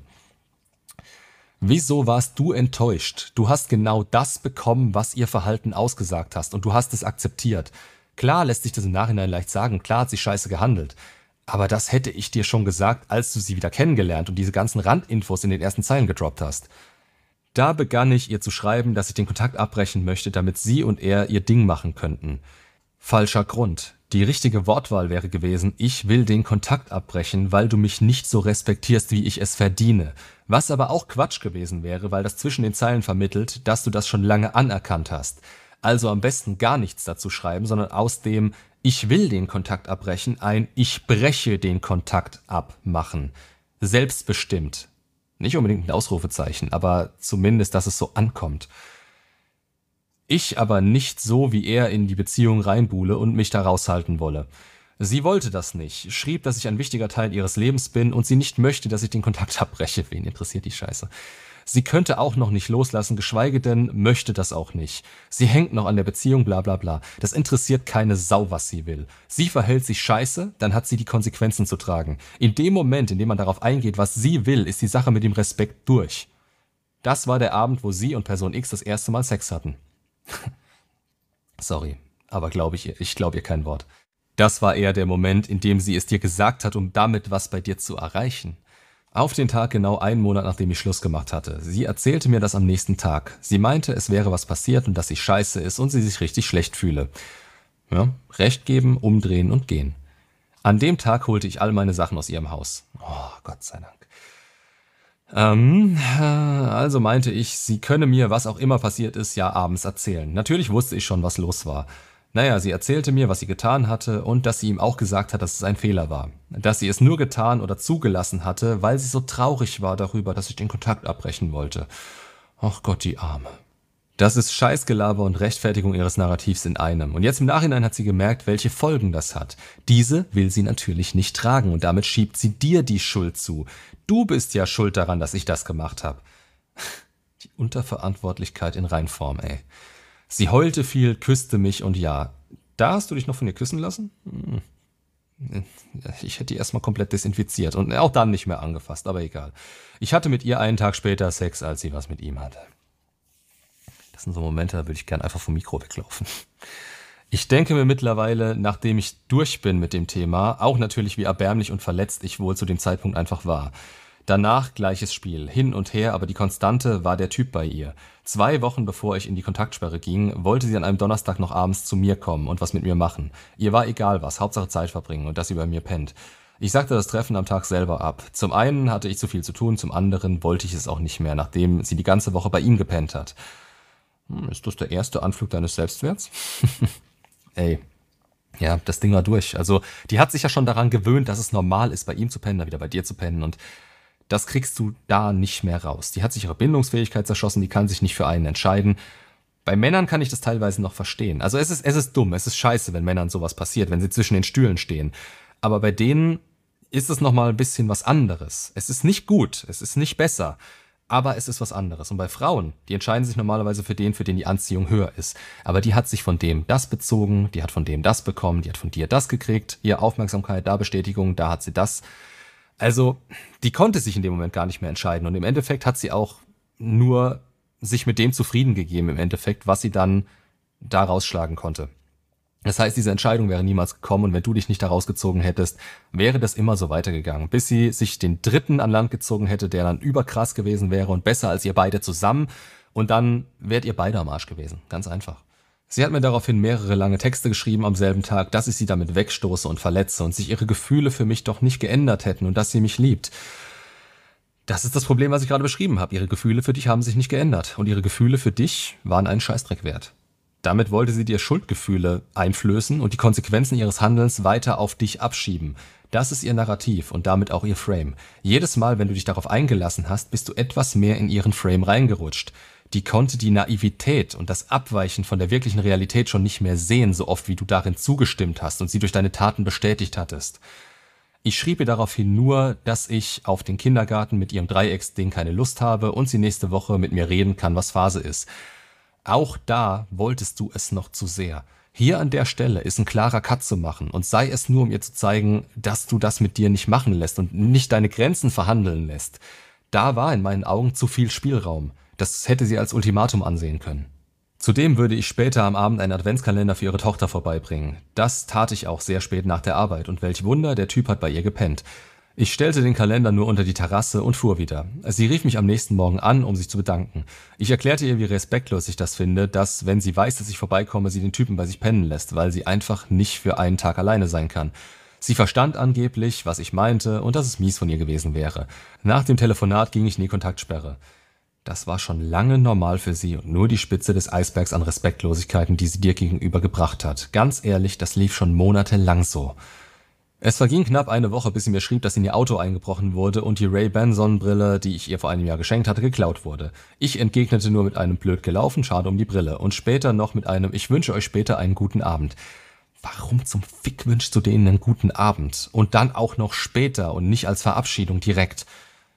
Wieso warst du enttäuscht? Du hast genau das bekommen, was ihr Verhalten ausgesagt hast und du hast es akzeptiert. Klar lässt sich das im Nachhinein leicht sagen, klar hat sie scheiße gehandelt. Aber das hätte ich dir schon gesagt, als du sie wieder kennengelernt und diese ganzen Randinfos in den ersten Zeilen gedroppt hast. Da begann ich ihr zu schreiben, dass ich den Kontakt abbrechen möchte, damit sie und er ihr Ding machen könnten. Falscher Grund. Die richtige Wortwahl wäre gewesen, ich will den Kontakt abbrechen, weil du mich nicht so respektierst, wie ich es verdiene. Was aber auch Quatsch gewesen wäre, weil das zwischen den Zeilen vermittelt, dass du das schon lange anerkannt hast. Also am besten gar nichts dazu schreiben, sondern aus dem ich will den Kontakt abbrechen ein ich breche den Kontakt ab machen. Selbstbestimmt. Nicht unbedingt ein Ausrufezeichen, aber zumindest, dass es so ankommt. Ich aber nicht so, wie er in die Beziehung reinbuhle und mich da raushalten wolle. Sie wollte das nicht, schrieb, dass ich ein wichtiger Teil ihres Lebens bin und sie nicht möchte, dass ich den Kontakt abbreche. Wen interessiert die Scheiße? Sie könnte auch noch nicht loslassen, geschweige denn möchte das auch nicht. Sie hängt noch an der Beziehung, bla bla bla. Das interessiert keine Sau, was sie will. Sie verhält sich scheiße, dann hat sie die Konsequenzen zu tragen. In dem Moment, in dem man darauf eingeht, was sie will, ist die Sache mit dem Respekt durch. Das war der Abend, wo sie und Person X das erste Mal Sex hatten. Sorry, aber glaube ich, ich glaube ihr kein Wort. Das war eher der Moment, in dem sie es dir gesagt hat, um damit was bei dir zu erreichen. Auf den Tag genau einen Monat, nachdem ich Schluss gemacht hatte. Sie erzählte mir das am nächsten Tag. Sie meinte, es wäre was passiert und dass sie scheiße ist und sie sich richtig schlecht fühle. Ja, Recht geben, umdrehen und gehen. An dem Tag holte ich all meine Sachen aus ihrem Haus. Oh, Gott sei Dank. Ähm, also meinte ich, sie könne mir, was auch immer passiert ist, ja abends erzählen. Natürlich wusste ich schon, was los war. Naja, sie erzählte mir, was sie getan hatte und dass sie ihm auch gesagt hat, dass es ein Fehler war. Dass sie es nur getan oder zugelassen hatte, weil sie so traurig war darüber, dass ich den Kontakt abbrechen wollte. Ach Gott, die Arme. Das ist Scheißgelaber und Rechtfertigung ihres Narrativs in einem. Und jetzt im Nachhinein hat sie gemerkt, welche Folgen das hat. Diese will sie natürlich nicht tragen und damit schiebt sie dir die Schuld zu. Du bist ja schuld daran, dass ich das gemacht habe. Die Unterverantwortlichkeit in Reinform, ey. Sie heulte viel, küsste mich und ja, da hast du dich noch von ihr küssen lassen? Ich hätte die erstmal komplett desinfiziert und auch dann nicht mehr angefasst, aber egal. Ich hatte mit ihr einen Tag später Sex, als sie was mit ihm hatte. Das sind so Momente, da würde ich gern einfach vom Mikro weglaufen. Ich denke mir mittlerweile, nachdem ich durch bin mit dem Thema, auch natürlich wie erbärmlich und verletzt ich wohl zu dem Zeitpunkt einfach war. Danach gleiches Spiel, hin und her, aber die Konstante war der Typ bei ihr. Zwei Wochen bevor ich in die Kontaktsperre ging, wollte sie an einem Donnerstag noch abends zu mir kommen und was mit mir machen. Ihr war egal was, Hauptsache Zeit verbringen und dass sie bei mir pennt. Ich sagte das Treffen am Tag selber ab. Zum einen hatte ich zu viel zu tun, zum anderen wollte ich es auch nicht mehr, nachdem sie die ganze Woche bei ihm gepennt hat. Hm, ist das der erste Anflug deines Selbstwerts? Ey, ja, das Ding war durch. Also, die hat sich ja schon daran gewöhnt, dass es normal ist, bei ihm zu pennen, dann wieder bei dir zu pennen und das kriegst du da nicht mehr raus. Die hat sich ihre Bindungsfähigkeit zerschossen, die kann sich nicht für einen entscheiden. Bei Männern kann ich das teilweise noch verstehen. Also es ist, es ist dumm, es ist scheiße, wenn Männern sowas passiert, wenn sie zwischen den Stühlen stehen. Aber bei denen ist es nochmal ein bisschen was anderes. Es ist nicht gut, es ist nicht besser, aber es ist was anderes. Und bei Frauen, die entscheiden sich normalerweise für den, für den die Anziehung höher ist. Aber die hat sich von dem das bezogen, die hat von dem das bekommen, die hat von dir das gekriegt, hier Aufmerksamkeit, da Bestätigung, da hat sie das. Also, die konnte sich in dem Moment gar nicht mehr entscheiden und im Endeffekt hat sie auch nur sich mit dem zufrieden gegeben, im Endeffekt, was sie dann da rausschlagen konnte. Das heißt, diese Entscheidung wäre niemals gekommen und wenn du dich nicht da rausgezogen hättest, wäre das immer so weitergegangen, bis sie sich den Dritten an Land gezogen hätte, der dann überkrass gewesen wäre und besser als ihr beide zusammen und dann wärt ihr beide am Arsch gewesen, ganz einfach. Sie hat mir daraufhin mehrere lange Texte geschrieben am selben Tag, dass ich sie damit wegstoße und verletze und sich ihre Gefühle für mich doch nicht geändert hätten und dass sie mich liebt. Das ist das Problem, was ich gerade beschrieben habe. Ihre Gefühle für dich haben sich nicht geändert und ihre Gefühle für dich waren einen Scheißdreck wert. Damit wollte sie dir Schuldgefühle einflößen und die Konsequenzen ihres Handelns weiter auf dich abschieben. Das ist ihr Narrativ und damit auch ihr Frame. Jedes Mal, wenn du dich darauf eingelassen hast, bist du etwas mehr in ihren Frame reingerutscht. Die konnte die Naivität und das Abweichen von der wirklichen Realität schon nicht mehr sehen, so oft wie du darin zugestimmt hast und sie durch deine Taten bestätigt hattest. Ich schrieb ihr daraufhin nur, dass ich auf den Kindergarten mit ihrem Dreiecksding keine Lust habe und sie nächste Woche mit mir reden kann, was Phase ist. Auch da wolltest du es noch zu sehr. Hier an der Stelle ist ein klarer Cut zu machen und sei es nur, um ihr zu zeigen, dass du das mit dir nicht machen lässt und nicht deine Grenzen verhandeln lässt. Da war in meinen Augen zu viel Spielraum. Das hätte sie als Ultimatum ansehen können. Zudem würde ich später am Abend einen Adventskalender für ihre Tochter vorbeibringen. Das tat ich auch sehr spät nach der Arbeit und welch Wunder, der Typ hat bei ihr gepennt. Ich stellte den Kalender nur unter die Terrasse und fuhr wieder. Sie rief mich am nächsten Morgen an, um sich zu bedanken. Ich erklärte ihr, wie respektlos ich das finde, dass, wenn sie weiß, dass ich vorbeikomme, sie den Typen bei sich pennen lässt, weil sie einfach nicht für einen Tag alleine sein kann. Sie verstand angeblich, was ich meinte und dass es mies von ihr gewesen wäre. Nach dem Telefonat ging ich in die Kontaktsperre. Das war schon lange normal für sie und nur die Spitze des Eisbergs an Respektlosigkeiten, die sie dir gegenüber gebracht hat. Ganz ehrlich, das lief schon monatelang so. Es verging knapp eine Woche, bis sie mir schrieb, dass in ihr Auto eingebrochen wurde und die Ray-Ban-Sonnenbrille, die ich ihr vor einem Jahr geschenkt hatte, geklaut wurde. Ich entgegnete nur mit einem blöd gelaufen, schade um die Brille und später noch mit einem ich wünsche euch später einen guten Abend. Warum zum Fick wünschst du denen einen guten Abend? Und dann auch noch später und nicht als Verabschiedung direkt.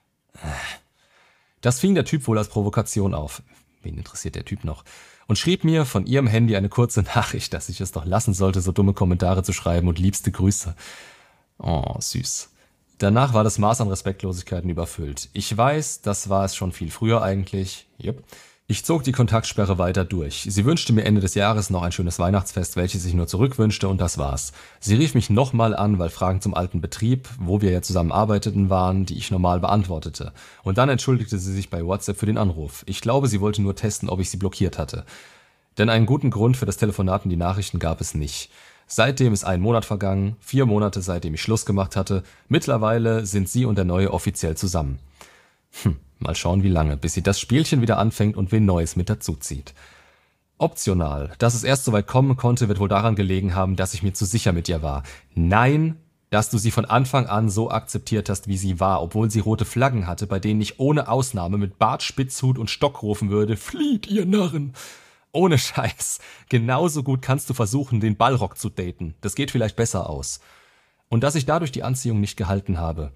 Das fing der Typ wohl als Provokation auf. Wen interessiert der Typ noch? Und schrieb mir von ihrem Handy eine kurze Nachricht, dass ich es doch lassen sollte, so dumme Kommentare zu schreiben und liebste Grüße. Oh, süß. Danach war das Maß an Respektlosigkeiten überfüllt. Ich weiß, das war es schon viel früher eigentlich. Yep. Ich zog die Kontaktsperre weiter durch. Sie wünschte mir Ende des Jahres noch ein schönes Weihnachtsfest, welches ich nur zurückwünschte und das war's. Sie rief mich nochmal an, weil Fragen zum alten Betrieb, wo wir ja zusammen arbeiteten, waren, die ich normal beantwortete. Und dann entschuldigte sie sich bei WhatsApp für den Anruf. Ich glaube, sie wollte nur testen, ob ich sie blockiert hatte. Denn einen guten Grund für das Telefonat und die Nachrichten gab es nicht. Seitdem ist ein Monat vergangen, vier Monate seitdem ich Schluss gemacht hatte. Mittlerweile sind sie und der Neue offiziell zusammen. Hm, mal schauen wie lange, bis sie das Spielchen wieder anfängt und wen Neues mit dazuzieht. Optional, dass es erst so weit kommen konnte, wird wohl daran gelegen haben, dass ich mir zu sicher mit ihr war. Nein, dass du sie von Anfang an so akzeptiert hast, wie sie war, obwohl sie rote Flaggen hatte, bei denen ich ohne Ausnahme mit Bart, Spitzhut und Stock rufen würde, flieht, ihr Narren! Ohne Scheiß. Genauso gut kannst du versuchen, den Ballrock zu daten. Das geht vielleicht besser aus. Und dass ich dadurch die Anziehung nicht gehalten habe.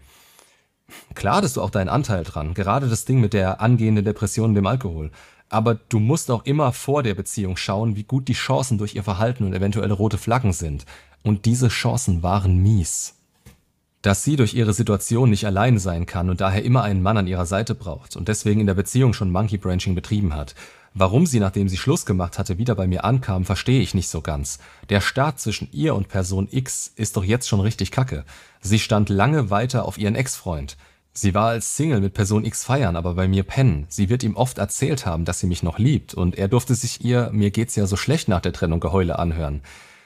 Klar hattest du auch deinen Anteil dran, gerade das Ding mit der angehenden Depression und dem Alkohol. Aber du musst auch immer vor der Beziehung schauen, wie gut die Chancen durch ihr Verhalten und eventuelle rote Flaggen sind. Und diese Chancen waren mies. Dass sie durch ihre Situation nicht allein sein kann und daher immer einen Mann an ihrer Seite braucht und deswegen in der Beziehung schon Monkey Branching betrieben hat. Warum sie, nachdem sie Schluss gemacht hatte, wieder bei mir ankam, verstehe ich nicht so ganz. Der Start zwischen ihr und Person X ist doch jetzt schon richtig kacke. Sie stand lange weiter auf ihren Ex-Freund. Sie war als Single mit Person X feiern, aber bei mir pennen. Sie wird ihm oft erzählt haben, dass sie mich noch liebt und er durfte sich ihr, mir geht's ja so schlecht nach der Trennung, Geheule anhören.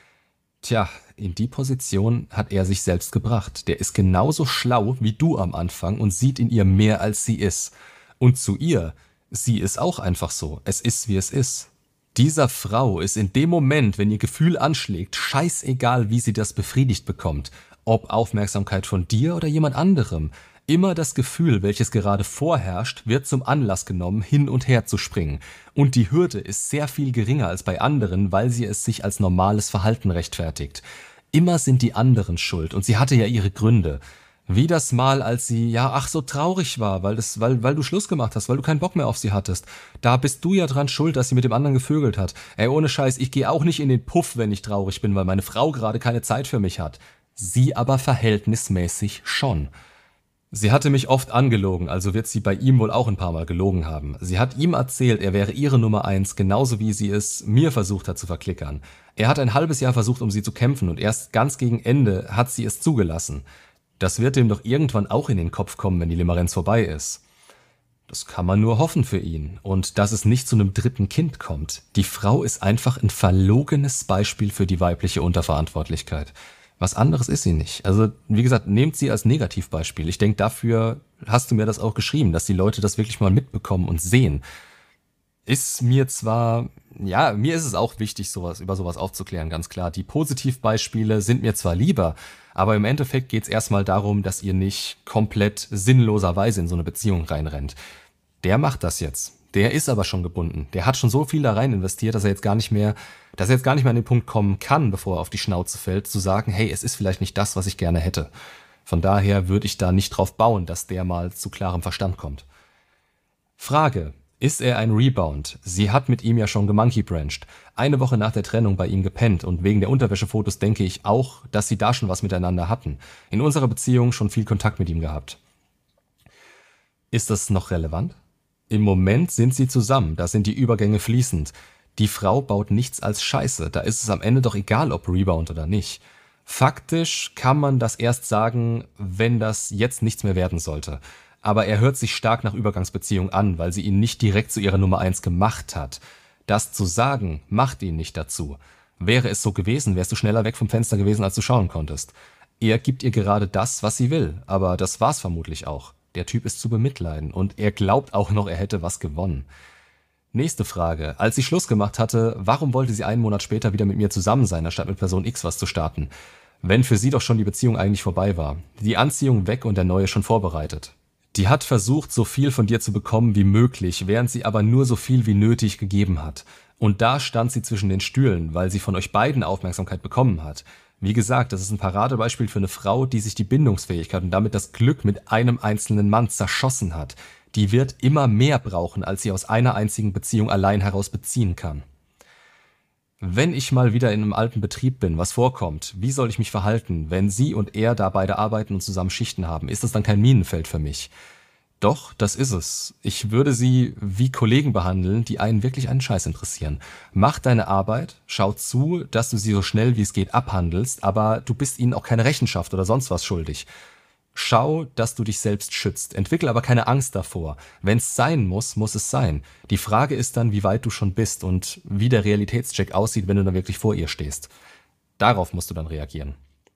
Tja, in die Position hat er sich selbst gebracht. Der ist genauso schlau wie du am Anfang und sieht in ihr mehr als sie ist. Und zu ihr, sie ist auch einfach so. Es ist, wie es ist. Dieser Frau ist in dem Moment, wenn ihr Gefühl anschlägt, scheißegal, wie sie das befriedigt bekommt. Ob Aufmerksamkeit von dir oder jemand anderem. Immer das Gefühl, welches gerade vorherrscht, wird zum Anlass genommen, hin und her zu springen. Und die Hürde ist sehr viel geringer als bei anderen, weil sie es sich als normales Verhalten rechtfertigt. Immer sind die anderen schuld und sie hatte ja ihre Gründe. Wie das Mal, als sie, ja, ach so traurig war, weil, das, weil, weil du Schluss gemacht hast, weil du keinen Bock mehr auf sie hattest. Da bist du ja dran schuld, dass sie mit dem anderen gevögelt hat. Ey, ohne Scheiß, ich gehe auch nicht in den Puff, wenn ich traurig bin, weil meine Frau gerade keine Zeit für mich hat. Sie aber verhältnismäßig schon. Sie hatte mich oft angelogen, also wird sie bei ihm wohl auch ein paar Mal gelogen haben. Sie hat ihm erzählt, er wäre ihre Nummer eins, genauso wie sie es mir versucht hat zu verklickern. Er hat ein halbes Jahr versucht, um sie zu kämpfen und erst ganz gegen Ende hat sie es zugelassen. Das wird dem doch irgendwann auch in den Kopf kommen, wenn die Limerenz vorbei ist. Das kann man nur hoffen für ihn. Und dass es nicht zu einem dritten Kind kommt. Die Frau ist einfach ein verlogenes Beispiel für die weibliche Unterverantwortlichkeit. Was anderes ist sie nicht. Also, wie gesagt, nehmt sie als Negativbeispiel. Ich denke, dafür hast du mir das auch geschrieben, dass die Leute das wirklich mal mitbekommen und sehen. Ist mir zwar, ja, mir ist es auch wichtig, sowas über sowas aufzuklären, ganz klar. Die Positivbeispiele sind mir zwar lieber, aber im Endeffekt geht es erstmal darum, dass ihr nicht komplett sinnloserweise in so eine Beziehung reinrennt. Der macht das jetzt. Der ist aber schon gebunden. Der hat schon so viel da rein investiert, dass er jetzt gar nicht mehr, dass er jetzt gar nicht mehr an den Punkt kommen kann, bevor er auf die Schnauze fällt, zu sagen, hey, es ist vielleicht nicht das, was ich gerne hätte. Von daher würde ich da nicht drauf bauen, dass der mal zu klarem Verstand kommt. Frage: Ist er ein Rebound? Sie hat mit ihm ja schon gemonkeybranched, eine Woche nach der Trennung bei ihm gepennt und wegen der Unterwäschefotos denke ich auch, dass sie da schon was miteinander hatten. In unserer Beziehung schon viel Kontakt mit ihm gehabt. Ist das noch relevant? Im Moment sind sie zusammen, da sind die Übergänge fließend. Die Frau baut nichts als Scheiße, da ist es am Ende doch egal, ob Rebound oder nicht. Faktisch kann man das erst sagen, wenn das jetzt nichts mehr werden sollte. Aber er hört sich stark nach Übergangsbeziehung an, weil sie ihn nicht direkt zu ihrer Nummer eins gemacht hat. Das zu sagen, macht ihn nicht dazu. Wäre es so gewesen, wärst du schneller weg vom Fenster gewesen, als du schauen konntest. Er gibt ihr gerade das, was sie will, aber das war's vermutlich auch. Der Typ ist zu bemitleiden und er glaubt auch noch, er hätte was gewonnen. Nächste Frage. Als sie Schluss gemacht hatte, warum wollte sie einen Monat später wieder mit mir zusammen sein, anstatt mit Person X was zu starten? Wenn für sie doch schon die Beziehung eigentlich vorbei war. Die Anziehung weg und der Neue schon vorbereitet. Die hat versucht, so viel von dir zu bekommen wie möglich, während sie aber nur so viel wie nötig gegeben hat. Und da stand sie zwischen den Stühlen, weil sie von euch beiden Aufmerksamkeit bekommen hat. Wie gesagt, das ist ein Paradebeispiel für eine Frau, die sich die Bindungsfähigkeit und damit das Glück mit einem einzelnen Mann zerschossen hat. Die wird immer mehr brauchen, als sie aus einer einzigen Beziehung allein heraus beziehen kann. Wenn ich mal wieder in einem alten Betrieb bin, was vorkommt, wie soll ich mich verhalten, wenn sie und er da beide arbeiten und zusammen Schichten haben? Ist das dann kein Minenfeld für mich? Doch, das ist es. Ich würde sie wie Kollegen behandeln, die einen wirklich einen Scheiß interessieren. Mach deine Arbeit, schau zu, dass du sie so schnell wie es geht abhandelst, aber du bist ihnen auch keine Rechenschaft oder sonst was schuldig. Schau, dass du dich selbst schützt, entwickel aber keine Angst davor. Wenn es sein muss, muss es sein. Die Frage ist dann, wie weit du schon bist und wie der Realitätscheck aussieht, wenn du dann wirklich vor ihr stehst. Darauf musst du dann reagieren.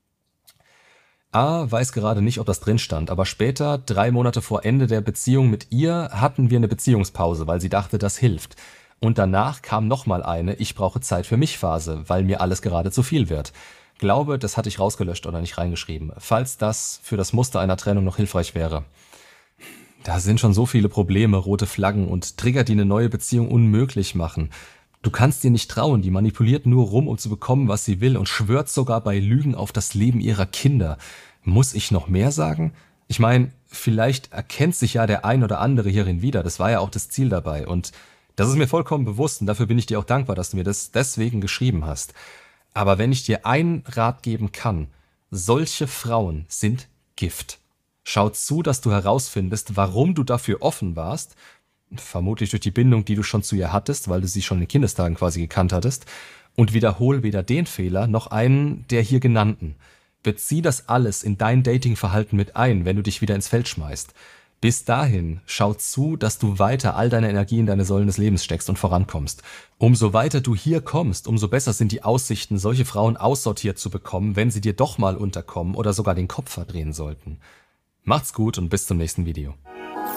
A weiß gerade nicht, ob das drin stand, aber später, drei Monate vor Ende der Beziehung mit ihr, hatten wir eine Beziehungspause, weil sie dachte, das hilft. Und danach kam nochmal eine Ich brauche Zeit für mich Phase, weil mir alles gerade zu viel wird. Glaube, das hatte ich rausgelöscht oder nicht reingeschrieben, falls das für das Muster einer Trennung noch hilfreich wäre. Da sind schon so viele Probleme, rote Flaggen und Trigger, die eine neue Beziehung unmöglich machen. Du kannst dir nicht trauen, die manipuliert nur rum, um zu bekommen, was sie will und schwört sogar bei Lügen auf das Leben ihrer Kinder. Muss ich noch mehr sagen? Ich meine, vielleicht erkennt sich ja der ein oder andere hierin wieder, das war ja auch das Ziel dabei und das ist mir vollkommen bewusst und dafür bin ich dir auch dankbar, dass du mir das deswegen geschrieben hast. Aber wenn ich dir einen Rat geben kann, solche Frauen sind Gift. Schau zu, dass du herausfindest, warum du dafür offen warst, vermutlich durch die Bindung, die du schon zu ihr hattest, weil du sie schon in Kindestagen quasi gekannt hattest, und wiederhol weder den Fehler noch einen der hier genannten. Bezieh das alles in dein Datingverhalten mit ein, wenn du dich wieder ins Feld schmeißt. Bis dahin, schau zu, dass du weiter all deine Energie in deine Säulen des Lebens steckst und vorankommst. Umso weiter du hier kommst, umso besser sind die Aussichten, solche Frauen aussortiert zu bekommen, wenn sie dir doch mal unterkommen oder sogar den Kopf verdrehen sollten. Macht's gut und bis zum nächsten Video.